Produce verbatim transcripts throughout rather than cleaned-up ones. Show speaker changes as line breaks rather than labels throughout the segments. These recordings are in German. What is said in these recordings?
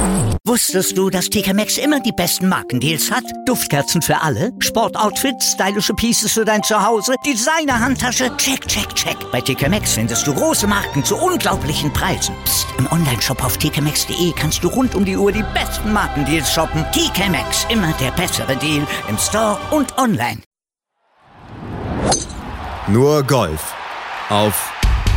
Wusstest du, dass T K Maxx immer die besten Markendeals hat? Duftkerzen für alle, Sportoutfits, stylische Pieces für dein Zuhause, Designer-Handtasche, check, check, check. Bei T K Maxx findest du große Marken zu unglaublichen Preisen. Psst. Im Onlineshop auf t k maxx punkt d e kannst du rund um die Uhr die besten Markendeals shoppen. T K Maxx, immer der bessere Deal im Store und online.
Nur Golf auf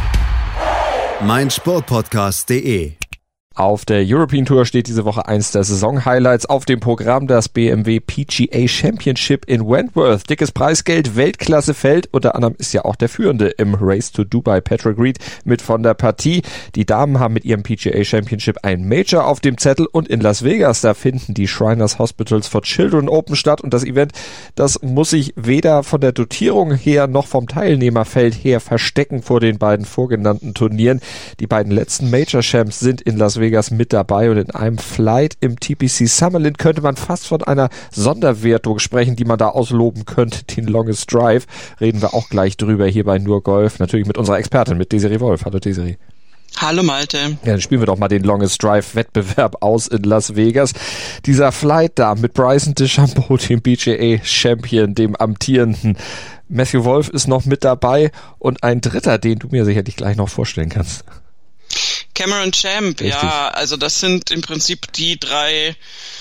meinsportpodcast punkt de.
Auf der European Tour steht diese Woche eins der Saison-Highlights auf dem Programm, das B M W P G A Championship in Wentworth. Dickes Preisgeld, Weltklassefeld. Unter anderem ist ja auch der Führende im Race to Dubai, Patrick Reed, mit von der Partie. Die Damen haben mit ihrem P G A Championship ein Major auf dem Zettel und in Las Vegas, da finden die Shriners Hospitals for Children Open statt. Und das Event, das muss sich weder von der Dotierung her noch vom Teilnehmerfeld her verstecken vor den beiden vorgenannten Turnieren. Die beiden letzten Major-Champs sind in Las Vegas Vegas mit dabei und in einem Flight im T P C Summerlin könnte man fast von einer Sonderwertung sprechen, die man da ausloben könnte, den Longest Drive. Reden wir auch gleich drüber hier bei Nur Golf, natürlich mit unserer Expertin, mit Desiree Wolf. Hallo Desiree.
Hallo Malte.
Ja, dann spielen wir doch mal den Longest Drive Wettbewerb aus in Las Vegas. Dieser Flight da mit Bryson DeChambeau, dem P G A Champion, dem amtierenden. Matthew Wolff ist noch mit dabei und ein dritter, den du mir sicherlich gleich noch vorstellen kannst.
Cameron Champ,
Richtig.
Ja, also das sind im Prinzip die drei,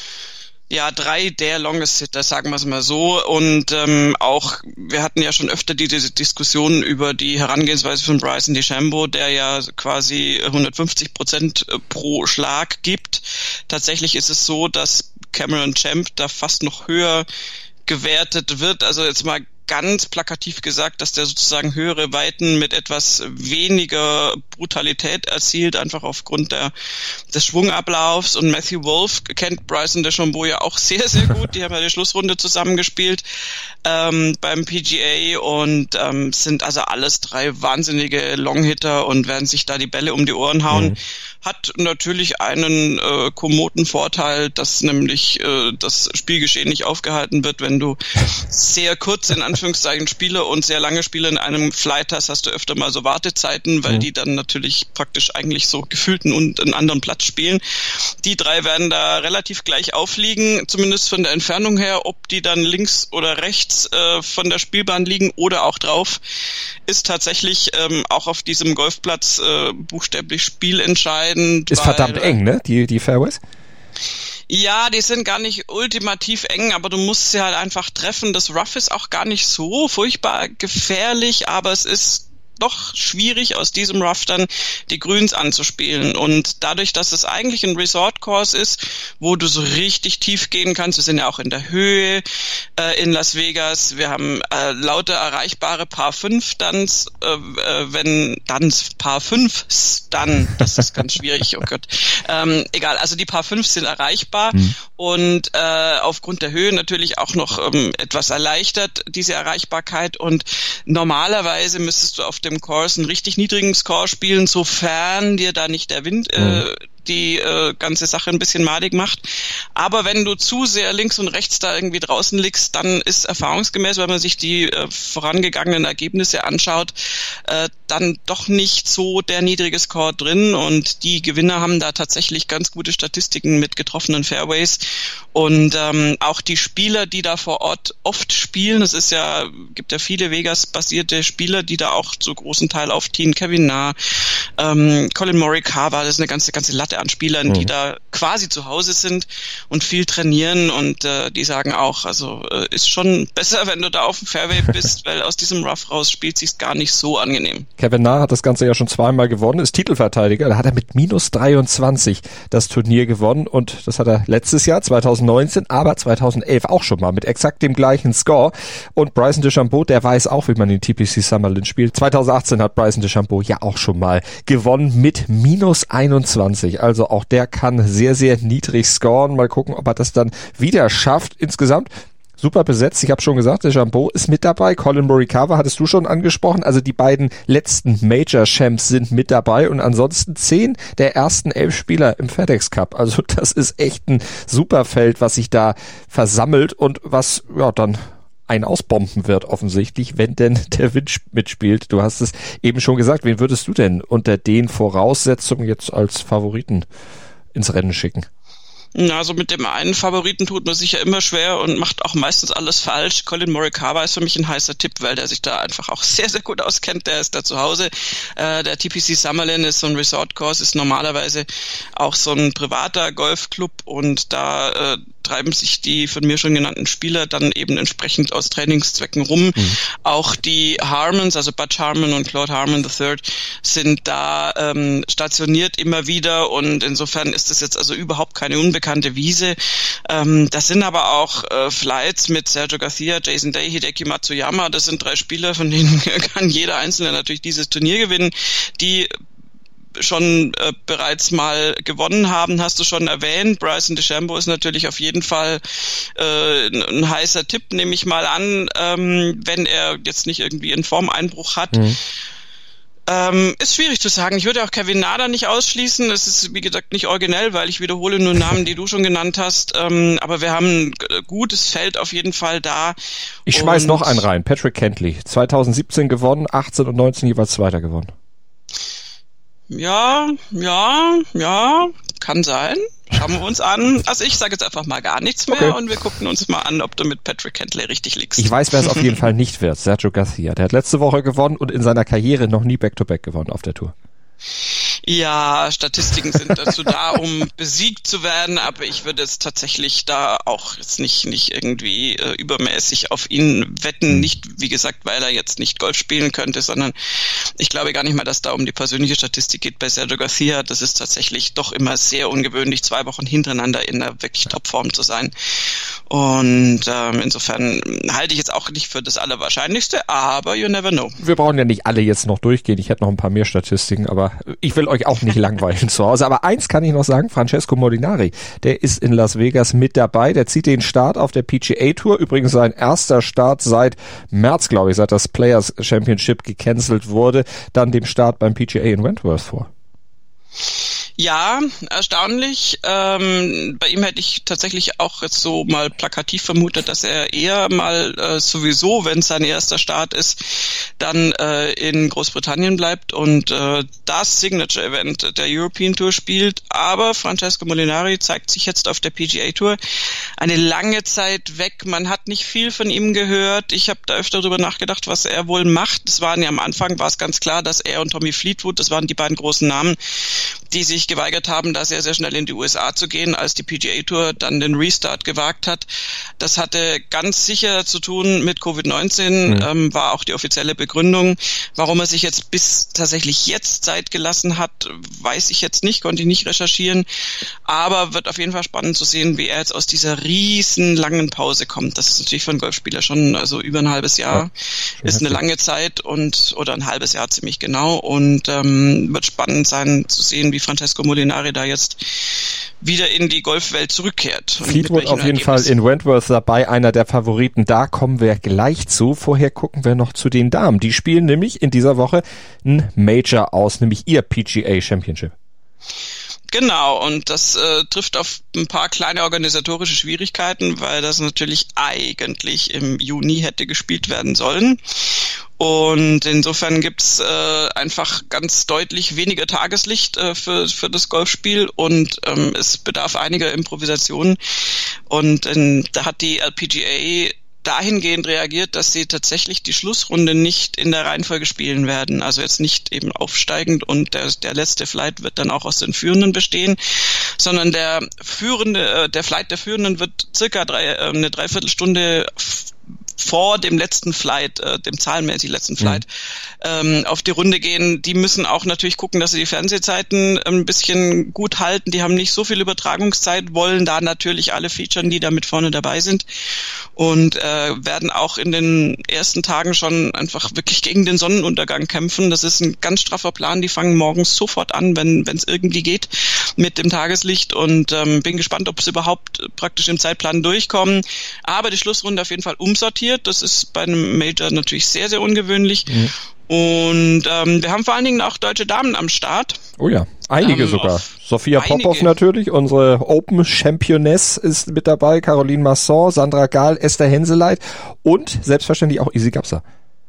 ja, drei der Longest Hitter, sagen wir es mal so. Und ähm, auch, wir hatten ja schon öfter die, diese Diskussion über die Herangehensweise von Bryson DeChambeau, der ja quasi hundertfünfzig Prozent pro Schlag gibt. Tatsächlich ist es so, dass Cameron Champ da fast noch höher gewertet wird. Also jetzt mal ganz plakativ gesagt, dass der sozusagen höhere Weiten mit etwas weniger Brutalität erzielt, einfach aufgrund der, des Schwungablaufs. Und Matthew Wolff kennt Bryson DeChambeau ja auch sehr, sehr gut. Die haben ja die Schlussrunde zusammengespielt ähm, beim P G A und ähm, sind also alles drei wahnsinnige Longhitter und werden sich da die Bälle um die Ohren hauen. Mhm. Hat natürlich einen äh, kommoden Vorteil, dass nämlich äh, das Spielgeschehen nicht aufgehalten wird, wenn du sehr kurz in Anführungszeichen Spiele und sehr lange Spiele in einem Flight hast, hast du öfter mal so Wartezeiten, weil mhm. die dann natürlich praktisch eigentlich so gefühlten und einen anderen Platz spielen. Die drei werden da relativ gleich aufliegen, zumindest von der Entfernung her. Ob die dann links oder rechts äh, von der Spielbahn liegen oder auch drauf, ist tatsächlich ähm, auch auf diesem Golfplatz äh, buchstäblich spielentscheidend.
Ist weil, verdammt eng, ne? Die, die Fairways?
Ja, die sind gar nicht ultimativ eng, aber du musst sie halt einfach treffen. Das Rough ist auch gar nicht so furchtbar gefährlich, aber es ist doch schwierig, aus diesem Rough dann die Grüns anzuspielen. Und dadurch, dass es eigentlich ein Resort-Course ist, wo du so richtig tief gehen kannst, wir sind ja auch in der Höhe äh, in Las Vegas, wir haben äh, lauter erreichbare Par fünf Duns, äh, äh, wenn Duns, Par fünf Stun, das ist ganz schwierig, oh Gott. Ähm, egal, also die Par fünf sind erreichbar mhm. und äh, aufgrund der Höhe natürlich auch noch ähm, etwas erleichtert, diese Erreichbarkeit. Und normalerweise müsstest du auf dem Course einen richtig niedrigen Score spielen, sofern dir da nicht der Wind äh, die äh, ganze Sache ein bisschen madig macht. Aber wenn du zu sehr links und rechts da irgendwie draußen liegst, dann ist erfahrungsgemäß, wenn man sich die äh, vorangegangenen Ergebnisse anschaut, äh, dann doch nicht so der niedrige Score drin. Und die Gewinner haben da tatsächlich ganz gute Statistiken mit getroffenen Fairways. Und ähm, auch die Spieler, die da vor Ort oft spielen, es ist ja, gibt ja viele Vegas-basierte Spieler, die da auch zu großen Teil aufziehen. Kevin Na, ähm, Colin Morikawa, das ist eine ganze, ganze Latte an Spielern, mhm. die da quasi zu Hause sind und viel trainieren und äh, die sagen auch, also äh, ist schon besser, wenn du da auf dem Fairway bist, weil aus diesem Rough raus spielt sich's gar nicht so angenehm.
Kevin Na hat das Ganze ja schon zweimal gewonnen, ist Titelverteidiger, da hat er mit minus dreiundzwanzig das Turnier gewonnen und das hat er letztes Jahr, zwanzig neunzehn, aber zwanzig elf auch schon mal mit exakt dem gleichen Score. Und Bryson DeChambeau, der weiß auch, wie man den T P C Summerlin spielt. zwanzig achtzehn hat Bryson DeChambeau ja auch schon mal gewonnen mit minus einundzwanzig. Also auch der kann sehr, sehr niedrig scoren. Mal gucken, ob er das dann wieder schafft. Insgesamt super besetzt. Ich habe schon gesagt, DeChambeau ist mit dabei. Colin Morikawa hattest du schon angesprochen. Also die beiden letzten Major-Champs sind mit dabei und ansonsten zehn der ersten elf Spieler im FedEx Cup. Also das ist echt ein super Feld, was sich da versammelt und was ja dann ein ausbomben wird offensichtlich, wenn denn der Wind mitspielt. Du hast es eben schon gesagt. Wen würdest du denn unter den Voraussetzungen jetzt als Favoriten ins Rennen schicken?
Also mit dem einen Favoriten tut man sich ja immer schwer und macht auch meistens alles falsch. Collin Morikawa ist für mich ein heißer Tipp, weil der sich da einfach auch sehr, sehr gut auskennt. Der ist da zu Hause. Äh, der T P C Summerlin ist so ein Resort-Course, ist normalerweise auch so ein privater Golfclub und da äh, treiben sich die von mir schon genannten Spieler dann eben entsprechend aus Trainingszwecken rum. Mhm. Auch die Harmons, also Butch Harmon und Claude Harmon der Dritte, sind da ähm, stationiert immer wieder und insofern ist das jetzt also überhaupt keine unbekannte Wiese. Ähm, das sind aber auch äh, Flights mit Sergio Garcia, Jason Day, Hideki Matsuyama. Das sind drei Spieler, von denen kann jeder Einzelne natürlich dieses Turnier gewinnen, die schon äh, bereits mal gewonnen haben, hast du schon erwähnt. Bryson DeChambeau ist natürlich auf jeden Fall äh, ein, ein heißer Tipp, nehme ich mal an, ähm, wenn er jetzt nicht irgendwie einen Formeinbruch hat. Mhm. Ähm, ist schwierig zu sagen. Ich würde auch Kevin Na da nicht ausschließen. Es ist, wie gesagt, nicht originell, weil ich wiederhole nur Namen, die du schon genannt hast. Ähm, aber wir haben ein gutes Feld auf jeden Fall da.
Ich schmeiß noch einen rein. Patrick Cantley. zwanzig siebzehn gewonnen, achtzehn und neunzehn jeweils Zweiter gewonnen.
Ja, ja, ja, kann sein. Schauen wir uns an. Also ich sage jetzt einfach mal gar nichts mehr okay. Und wir gucken uns mal an, ob du mit Patrick Cantley richtig liegst.
Ich weiß, wer es auf jeden Fall nicht wird. Sergio Garcia. Der hat letzte Woche gewonnen und in seiner Karriere noch nie Back-to-Back gewonnen auf der Tour.
Ja, Statistiken sind dazu da, um besiegt zu werden, aber ich würde jetzt tatsächlich da auch jetzt nicht nicht irgendwie äh, übermäßig auf ihn wetten. Nicht, wie gesagt, weil er jetzt nicht Golf spielen könnte, sondern ich glaube gar nicht mal, dass da um die persönliche Statistik geht bei Sergio Garcia. Das ist tatsächlich doch immer sehr ungewöhnlich, zwei Wochen hintereinander in einer wirklich Topform zu sein. Und ähm, insofern halte ich jetzt auch nicht für das Allerwahrscheinlichste, aber you never know.
Wir brauchen ja nicht alle jetzt noch durchgehen. Ich hätte noch ein paar mehr Statistiken, aber ich will euch auch nicht langweilen zu Hause. Aber eins kann ich noch sagen, Francesco Molinari, der ist in Las Vegas mit dabei. Der zieht den Start auf der P G A Tour. Übrigens sein erster Start seit März, glaube ich, seit das Players Championship gecancelt wurde. Dann dem Start beim P G A in Wentworth vor.
Ja, erstaunlich. Ähm, bei ihm hätte ich tatsächlich auch jetzt so mal plakativ vermutet, dass er eher mal äh, sowieso, wenn es sein erster Start ist, dann äh, in Großbritannien bleibt und äh, das Signature-Event der European Tour spielt. Aber Francesco Molinari zeigt sich jetzt auf der P G A Tour eine lange Zeit weg. Man hat nicht viel von ihm gehört. Ich habe da öfter darüber nachgedacht, was er wohl macht. Das waren ja am Anfang, war es ganz klar, dass er und Tommy Fleetwood, das waren die beiden großen Namen, die sich geweigert haben, da sehr, sehr schnell in die U S A zu gehen, als die P G A Tour dann den Restart gewagt hat. Das hatte ganz sicher zu tun mit Covid neunzehn, mhm. ähm, war auch die offizielle Begründung. Warum er sich jetzt bis tatsächlich jetzt Zeit gelassen hat, weiß ich jetzt nicht, konnte ich nicht recherchieren, aber wird auf jeden Fall spannend zu sehen, wie er jetzt aus dieser riesen langen Pause kommt. Das ist natürlich für einen Golfspieler schon, also über ein halbes Jahr, ja, ist eine lange Zeit und oder ein halbes Jahr ziemlich genau und ähm, wird spannend sein zu sehen, wie Francesco Molinari da jetzt wieder in die Golfwelt zurückkehrt.
Fleetwood auf jeden Fall in Wentworth dabei, einer der Favoriten. Da kommen wir gleich zu. Vorher gucken wir noch zu den Damen. Die spielen nämlich in dieser Woche ein Major aus, nämlich ihr P G A Championship.
Genau, und das äh, trifft auf ein paar kleine organisatorische Schwierigkeiten, weil das natürlich eigentlich im Juni hätte gespielt werden sollen. Und insofern gibt's äh, einfach ganz deutlich weniger Tageslicht äh, für für das Golfspiel und ähm, es bedarf einiger Improvisationen. Und ähm, da hat die L P G A dahingehend reagiert, dass sie tatsächlich die Schlussrunde nicht in der Reihenfolge spielen werden. Also jetzt nicht eben aufsteigend und der, der letzte Flight wird dann auch aus den Führenden bestehen, sondern der führende, der Flight der Führenden wird circa drei, eine Dreiviertelstunde vor dem letzten Flight, äh, dem zahlenmäßig letzten Flight, mhm. ähm, auf die Runde gehen. Die müssen auch natürlich gucken, dass sie die Fernsehzeiten ein bisschen gut halten. Die haben nicht so viel Übertragungszeit, wollen da natürlich alle featuren, die da mit vorne dabei sind und äh, werden auch in den ersten Tagen schon einfach wirklich gegen den Sonnenuntergang kämpfen. Das ist ein ganz straffer Plan. Die fangen morgens sofort an, wenn wenn es irgendwie geht mit dem Tageslicht und ähm, bin gespannt, ob sie überhaupt praktisch im Zeitplan durchkommen. Aber die Schlussrunde auf jeden Fall umsortiert. Das ist bei einem Major natürlich sehr, sehr ungewöhnlich. Mhm. Und ähm, wir haben vor allen Dingen auch deutsche Damen am Start.
Oh ja, einige ähm, sogar. Sophia einige. Popov natürlich, unsere Open Championess ist mit dabei. Caroline Masson, Sandra Gahl, Esther Henseleit und selbstverständlich auch Isi Gapsa.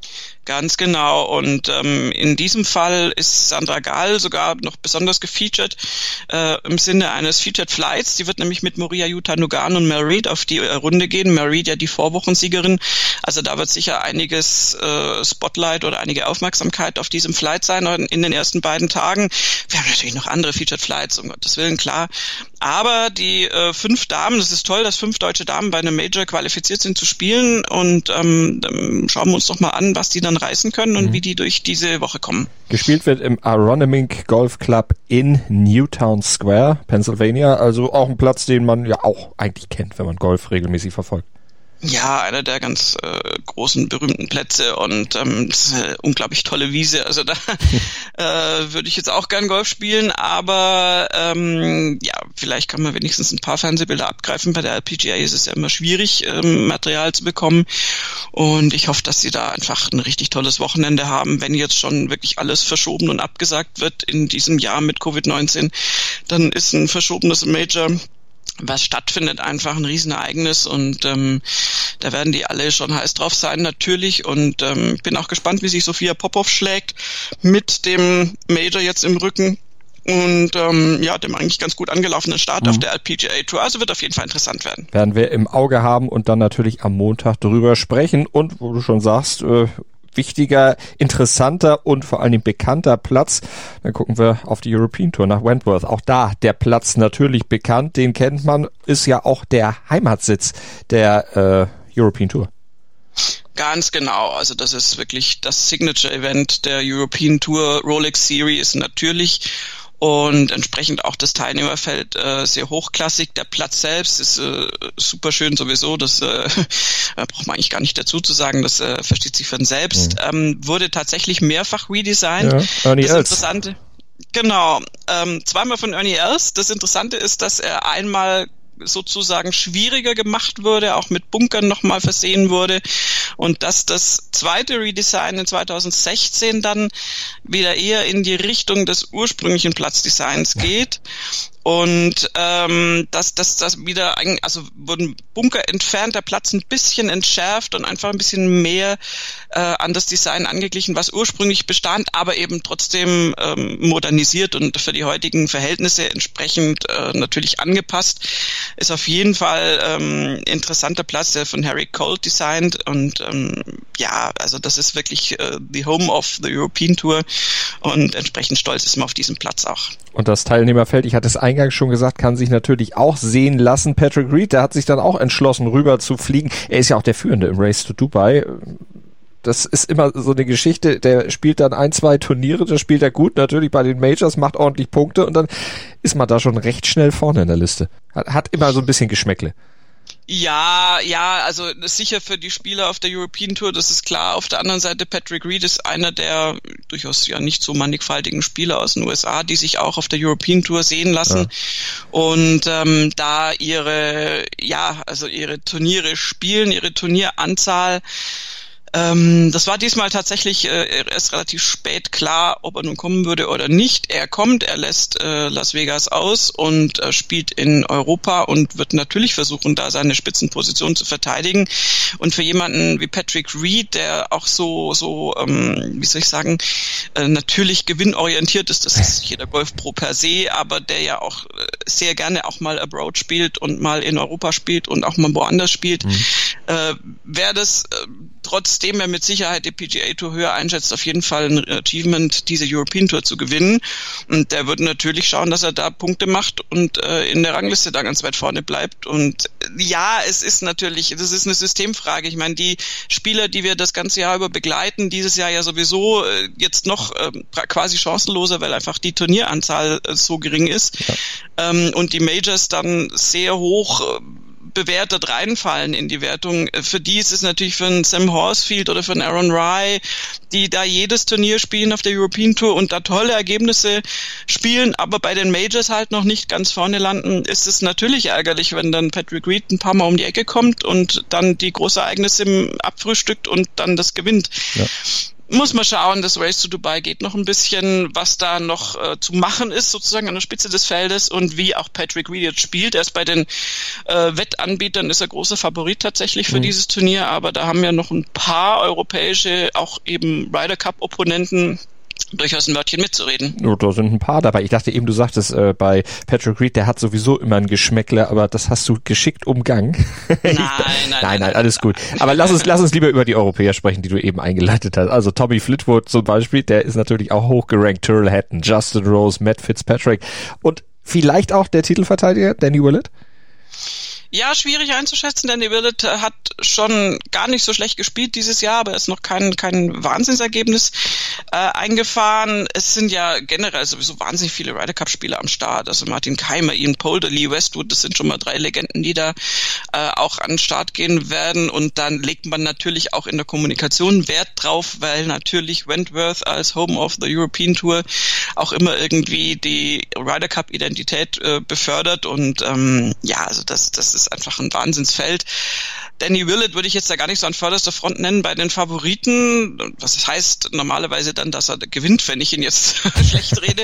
Ganz genau. Und ähm, in diesem Fall ist Sandra Gahl sogar noch besonders gefeatured äh, im Sinne eines Featured Flights. Die wird nämlich mit Moriya Jutanugarn und Mel Reid auf die äh, Runde gehen. Mel Reid ja die Vorwochensiegerin. Also da wird sicher einiges äh, Spotlight oder einige Aufmerksamkeit auf diesem Flight sein in den ersten beiden Tagen. Wir haben natürlich noch andere Featured Flights, um Gottes Willen, klar. Aber die äh, fünf Damen, das ist toll, dass fünf deutsche Damen bei einem Major qualifiziert sind zu spielen. Und ähm, dann schauen wir uns doch mal an, was die dann reißen können und mhm. wie die durch diese Woche kommen.
Gespielt wird im Aronimink Golf Club in Newtown Square, Pennsylvania. Also auch ein Platz, den man ja auch eigentlich kennt, wenn man Golf regelmäßig verfolgt.
Ja, einer der ganz äh, großen, berühmten Plätze und ähm, das ist eine unglaublich tolle Wiese. Also da äh, würde ich jetzt auch gern Golf spielen, aber ähm, ja, vielleicht kann man wenigstens ein paar Fernsehbilder abgreifen. Bei der L P G A ist es ja immer schwierig, ähm, Material zu bekommen und ich hoffe, dass sie da einfach ein richtig tolles Wochenende haben. Wenn jetzt schon wirklich alles verschoben und abgesagt wird in diesem Jahr mit Covid neunzehn, dann ist ein verschobenes Major, was stattfindet, einfach ein Riesenereignis und ähm, da werden die alle schon heiß drauf sein natürlich und ähm, ich bin auch gespannt, wie sich Sophia Popov schlägt mit dem Major jetzt im Rücken und ähm, ja, dem eigentlich ganz gut angelaufenen Start mhm. auf der L P G A Tour, also wird auf jeden Fall interessant werden.
Werden wir im Auge haben und dann natürlich am Montag darüber sprechen und wo du schon sagst, äh, wichtiger, interessanter und vor allen Dingen bekannter Platz. Dann gucken wir auf die European Tour nach Wentworth. Auch da der Platz natürlich bekannt, den kennt man, ist ja auch der Heimatsitz der äh, European Tour.
Ganz genau, also das ist wirklich das Signature-Event der European Tour. Rolex Series natürlich und entsprechend auch das Teilnehmerfeld äh, sehr hochklassig. Der Platz selbst ist äh, super schön sowieso, das äh, braucht man eigentlich gar nicht dazu zu sagen, das äh, versteht sich von selbst. Mhm. Ähm, wurde tatsächlich mehrfach redesigned.
Ja, Ernie
das
Els.
Interessante, genau, ähm, zweimal von Ernie Els. Das Interessante ist, dass er einmal sozusagen schwieriger gemacht wurde, auch mit Bunkern nochmal versehen wurde und dass das zweite Redesign in zwanzig sechzehn dann wieder eher in die Richtung des ursprünglichen Platzdesigns geht und ähm, dass das das wieder, also wurden Bunker entfernt, der Platz ein bisschen entschärft und einfach ein bisschen mehr äh, an das Design angeglichen, was ursprünglich bestand, aber eben trotzdem ähm, modernisiert und für die heutigen Verhältnisse entsprechend äh, natürlich angepasst. Ist auf jeden Fall ähm, interessanter Platz, der von Harry Colt designt und ähm, ja, also das ist wirklich äh, the home of the European Tour und entsprechend stolz ist man auf diesen Platz auch.
Und das Teilnehmerfeld, ich hatte es eingangs schon gesagt, kann sich natürlich auch sehen lassen. Patrick Reed, der hat sich dann auch entschlossen, rüber zu fliegen. Er ist ja auch der Führende im Race to Dubai. Das ist immer so eine Geschichte, der spielt dann ein, zwei Turniere, das spielt er gut, natürlich bei den Majors, macht ordentlich Punkte und dann ist man da schon recht schnell vorne in der Liste. Hat, hat immer so ein bisschen Geschmäckle.
Ja, ja, also sicher für die Spieler auf der European Tour, das ist klar. Auf der anderen Seite, Patrick Reed ist einer der durchaus ja nicht so mannigfaltigen Spieler aus den U S A, die sich auch auf der European Tour sehen lassen ja. und ähm, da ihre, ja, also ihre Turniere spielen, ihre Turnieranzahl. Ähm, das war diesmal tatsächlich äh, erst relativ spät klar, ob er nun kommen würde oder nicht. Er kommt, er lässt äh, Las Vegas aus und äh, spielt in Europa und wird natürlich versuchen, da seine Spitzenposition zu verteidigen. Und für jemanden wie Patrick Reed, der auch so, so, ähm, wie soll ich sagen, äh, natürlich gewinnorientiert ist, das ist jeder Golfpro per se, aber der ja auch äh, sehr gerne auch mal abroad spielt und mal in Europa spielt und auch mal woanders spielt, mhm. äh, wäre das äh, trotzdem er mit Sicherheit die P G A Tour höher einschätzt, auf jeden Fall ein Achievement, diese European Tour zu gewinnen. Und der würde natürlich schauen, dass er da Punkte macht und äh, in der Rangliste da ganz weit vorne bleibt. Und ja, es ist natürlich, das ist eine Systemfrage. Ich meine, die Spieler, die wir das ganze Jahr über begleiten, dieses Jahr ja sowieso äh, jetzt noch äh, quasi chancenloser, weil einfach die Turnieranzahl äh, so gering ist. Ja. Ähm, und die Majors dann sehr hoch äh, bewertet reinfallen in die Wertung. Für die ist es natürlich für einen Sam Horsfield oder für einen Aaron Rai, die da jedes Turnier spielen auf der European Tour und da tolle Ergebnisse spielen, aber bei den Majors halt noch nicht ganz vorne landen, ist es natürlich ärgerlich, wenn dann Patrick Reed ein paar Mal um die Ecke kommt und dann die Großereignisse abfrühstückt und dann das gewinnt. Ja. Muss man schauen, das Race to Dubai geht noch ein bisschen, was da noch äh, zu machen ist, sozusagen an der Spitze des Feldes und wie auch Patrick Reed jetzt spielt. Er ist bei den äh, Wettanbietern, ist er großer Favorit tatsächlich für mhm. dieses Turnier, aber da haben ja noch ein paar europäische, auch eben Ryder Cup Opponenten durchaus ein Wörtchen mitzureden.
Oh, da sind ein paar dabei. Ich dachte eben, du sagtest äh, bei Patrick Reed, der hat sowieso immer ein Geschmäckle, aber das hast du geschickt umgangen.
Nein, nein,
nein, nein, alles gut. Aber lass uns, lass uns lieber über die Europäer sprechen, die du eben eingeleitet hast. Also Tommy Fleetwood zum Beispiel, der ist natürlich auch hochgerankt. Tyrrell Hatton, Justin Rose, Matt Fitzpatrick und vielleicht auch der Titelverteidiger Danny Willett?
Ja, schwierig einzuschätzen. Danny Willett hat schon gar nicht so schlecht gespielt dieses Jahr, aber er ist noch kein kein Wahnsinnsergebnis äh, eingefahren. Es sind ja generell sowieso wahnsinnig viele Ryder Cup Spieler am Start. Also Martin Keimer, Ian Poulter, Lee Westwood, das sind schon mal drei Legenden, die da äh, auch an den Start gehen werden. Und dann legt man natürlich auch in der Kommunikation Wert drauf, weil natürlich Wentworth als Home of the European Tour auch immer irgendwie die Ryder Cup Identität äh, befördert. Und ähm, ja, also das das ist einfach ein Wahnsinnsfeld. Danny Willett würde ich jetzt da gar nicht so an vorderster Front nennen bei den Favoriten. Was heißt normalerweise dann, dass er gewinnt, wenn ich ihn jetzt schlecht rede.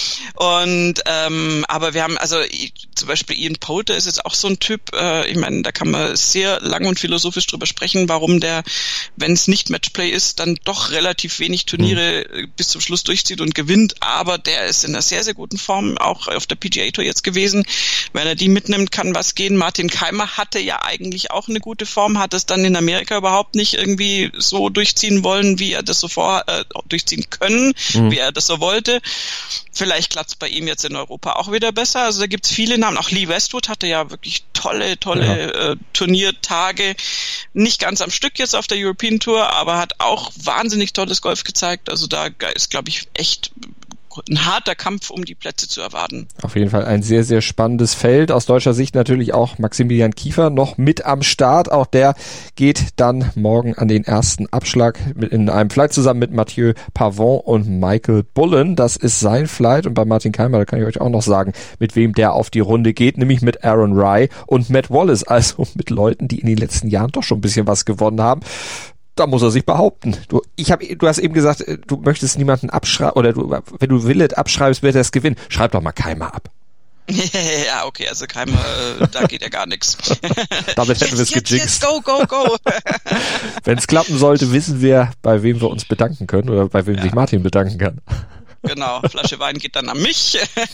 Und ähm, aber wir haben also zum Beispiel Ian Poulter ist jetzt auch so ein Typ. Äh, ich meine, da kann man sehr lang und philosophisch drüber sprechen, warum der, wenn es nicht Matchplay ist, dann doch relativ wenig Turniere mhm. bis zum Schluss durchzieht und gewinnt. Aber der ist in einer sehr sehr guten Form auch auf der P G A Tour jetzt gewesen. Wenn er die mitnimmt, kann was gehen. Martin Keimer hatte ja eigentlich auch eine gute Form, hat es dann in Amerika überhaupt nicht irgendwie so durchziehen wollen, wie er das so vor äh, durchziehen können, mhm. wie er das so wollte. Vielleicht klappt es bei ihm jetzt in Europa auch wieder besser. Also da gibt's viele Namen. Auch Lee Westwood hatte ja wirklich tolle, tolle ja. äh, Turniertage. Nicht ganz am Stück jetzt auf der European Tour, aber hat auch wahnsinnig tolles Golf gezeigt. Also da ist, glaube ich, echt ein harter Kampf, um die Plätze zu erwarten. Auf jeden Fall ein sehr, sehr spannendes Feld. Aus deutscher Sicht natürlich auch Maximilian Kiefer noch mit am Start. Auch der geht dann morgen an den ersten Abschlag mit in einem Flight zusammen mit Mathieu Pavon und Michael Bullen. Das ist sein Flight. Und bei Martin Keimer, da kann ich euch auch noch sagen, mit wem der auf die Runde geht, nämlich mit Aaron Rai und Matt Wallace. Also mit Leuten, die in den letzten Jahren doch schon ein bisschen was gewonnen haben. Da muss er sich behaupten. Du, ich hab, du hast eben gesagt, du möchtest niemanden abschreiben, oder du, wenn du Willett abschreibst, wird er es gewinnen. Schreib doch mal Keimer ab. Ja, okay, also Keimer, äh, da geht ja gar nichts. Damit hätten wir es gejixt. Go, go, go. Wenn es klappen sollte, wissen wir, bei wem wir uns bedanken können oder bei wem ja. sich Martin bedanken kann. Genau, Flasche Wein geht dann an mich.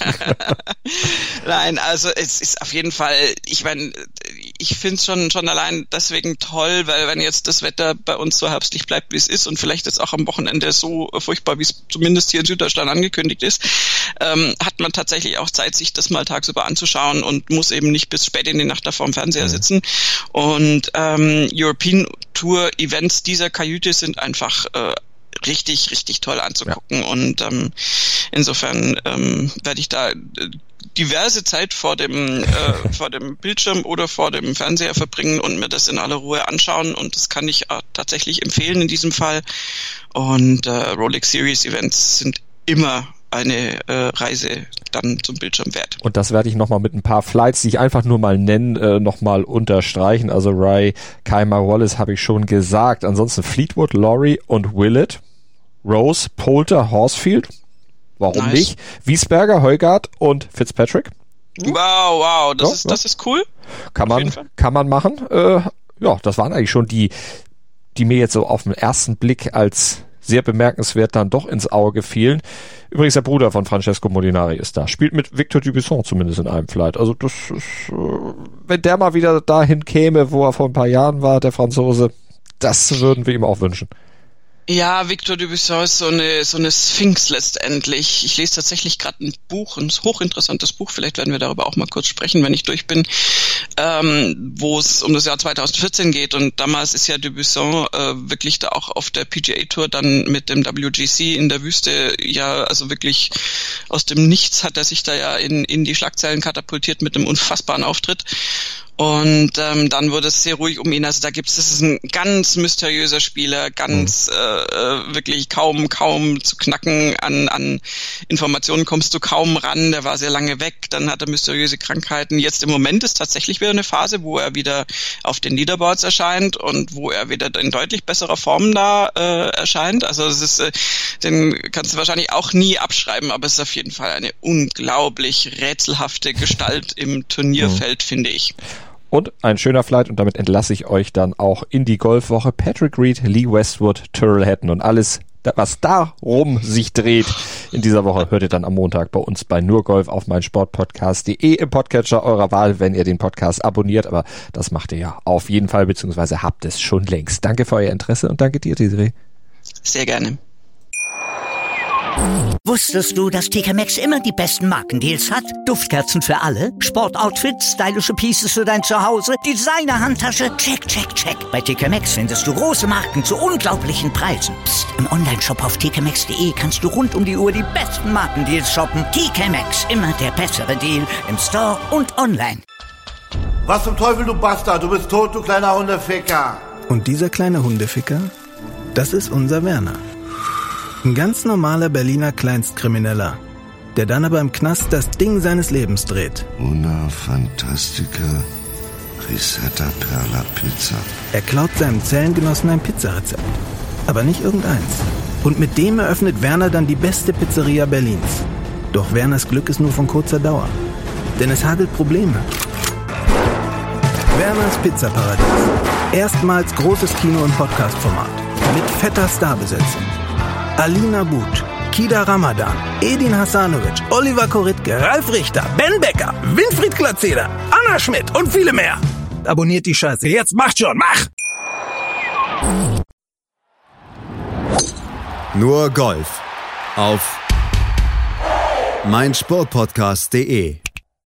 Nein, also es ist auf jeden Fall, ich meine, ich finde es schon schon allein deswegen toll, weil wenn jetzt das Wetter bei uns so herbstlich bleibt, wie es ist und vielleicht jetzt auch am Wochenende so furchtbar, wie es zumindest hier in Süddeutschland angekündigt ist, ähm, hat man tatsächlich auch Zeit, sich das mal tagsüber anzuschauen und muss eben nicht bis spät in die Nacht da vorm Fernseher sitzen. Und ähm, European Tour Events dieser Kajüte sind einfach äh, richtig, richtig toll anzugucken. Ja. Und ähm, insofern ähm, werde ich da äh, diverse Zeit vor dem äh, vor dem Bildschirm oder vor dem Fernseher verbringen und mir das in aller Ruhe anschauen. Und das kann ich auch tatsächlich empfehlen in diesem Fall. Und äh, Rolex Series Events sind immer eine äh, Reise dann zum Bildschirm wert. Und das werde ich nochmal mit ein paar Flights, die ich einfach nur mal nennen, äh, nochmal unterstreichen. Also Rai, Keimer, Wallace habe ich schon gesagt. Ansonsten Fleetwood, Lowry und Willett, Rose, Poulter, Horsfield. Warum nice. nicht? Wiesberger, Højgaard und Fitzpatrick. Wow, wow, das, ja, ist, ja. das ist cool. Kann man, kann man machen. Äh, ja, das waren eigentlich schon die, die mir jetzt so auf den ersten Blick als sehr bemerkenswert dann doch ins Auge fielen. Übrigens der Bruder von Francesco Molinari ist da. Spielt mit Victor Dubuisson zumindest in einem Flight. Also das ist, äh, wenn der mal wieder dahin käme, wo er vor ein paar Jahren war, der Franzose, das würden wir ihm auch wünschen. Ja, Victor Dubuisson ist so eine so eine Sphinx letztendlich. Ich lese tatsächlich gerade ein Buch, ein hochinteressantes Buch, vielleicht werden wir darüber auch mal kurz sprechen, wenn ich durch bin, ähm, wo es um das Jahr zweitausendvierzehn geht. Und damals ist ja Dubuisson äh, wirklich da auch auf der P G A Tour dann mit dem W G C in der Wüste, ja, also wirklich aus dem Nichts hat er sich da ja in in die Schlagzeilen katapultiert mit einem unfassbaren Auftritt. Und ähm, dann wurde es sehr ruhig um ihn. Also da gibt es, das ist ein ganz mysteriöser Spieler, ganz mhm. äh, wirklich kaum, kaum zu knacken. An, an Informationen kommst du kaum ran. Der war sehr lange weg. Dann hat er mysteriöse Krankheiten. Jetzt im Moment ist tatsächlich wieder eine Phase, wo er wieder auf den Leaderboards erscheint und wo er wieder in deutlich besserer Form da äh, erscheint. Also das ist, äh, den kannst du wahrscheinlich auch nie abschreiben, aber es ist auf jeden Fall eine unglaublich rätselhafte Gestalt im Turnierfeld, mhm. finde ich.
Und ein schöner Flight, und damit entlasse ich euch dann auch in die Golfwoche. Patrick Reed, Lee Westwood, Tyrrell Hatton und alles, was darum sich dreht in dieser Woche, hört ihr dann am Montag bei uns bei Nur Golf auf meinsportpodcast punkt de im Podcatcher eurer Wahl, wenn ihr den Podcast abonniert. Aber das macht ihr ja auf jeden Fall, beziehungsweise habt es schon längst. Danke für euer Interesse und danke dir, Desiree.
Sehr gerne.
Wusstest du, dass T K Maxx immer die besten Markendeals hat? Duftkerzen für alle, Sportoutfits, stylische Pieces für dein Zuhause, Designer-Handtasche, check, check, check. Bei T K Maxx findest du große Marken zu unglaublichen Preisen. Psst. Im Onlineshop auf t k maxx punkt de kannst du rund um die Uhr die besten Markendeals shoppen. T K Maxx, immer der bessere Deal im Store und online.
Was zum Teufel, du Bastard, du bist tot, du kleiner Hundeficker.
Und dieser kleine Hundeficker, das ist unser Werner. Ein ganz normaler Berliner Kleinstkrimineller, der dann aber im Knast das Ding seines Lebens dreht.
Una Fantastica Risetta Perla Pizza.
Er klaut seinem Zellengenossen ein Pizzarezept, aber nicht irgendeins. Und mit dem eröffnet Werner dann die beste Pizzeria Berlins. Doch Werners Glück ist nur von kurzer Dauer, denn es hagelt Probleme. Werners Pizzaparadies. Erstmals großes Kino- und Podcast-Format mit fetter Starbesetzung. Alina But, Kida Ramadan, Edin Hasanovic, Oliver Koritke, Ralf Richter, Ben Becker, Winfried Glatzeder, Anna Schmidt und viele mehr. Abonniert die Scheiße. Jetzt macht schon, mach!
Nur Golf auf meinsportpodcast punkt de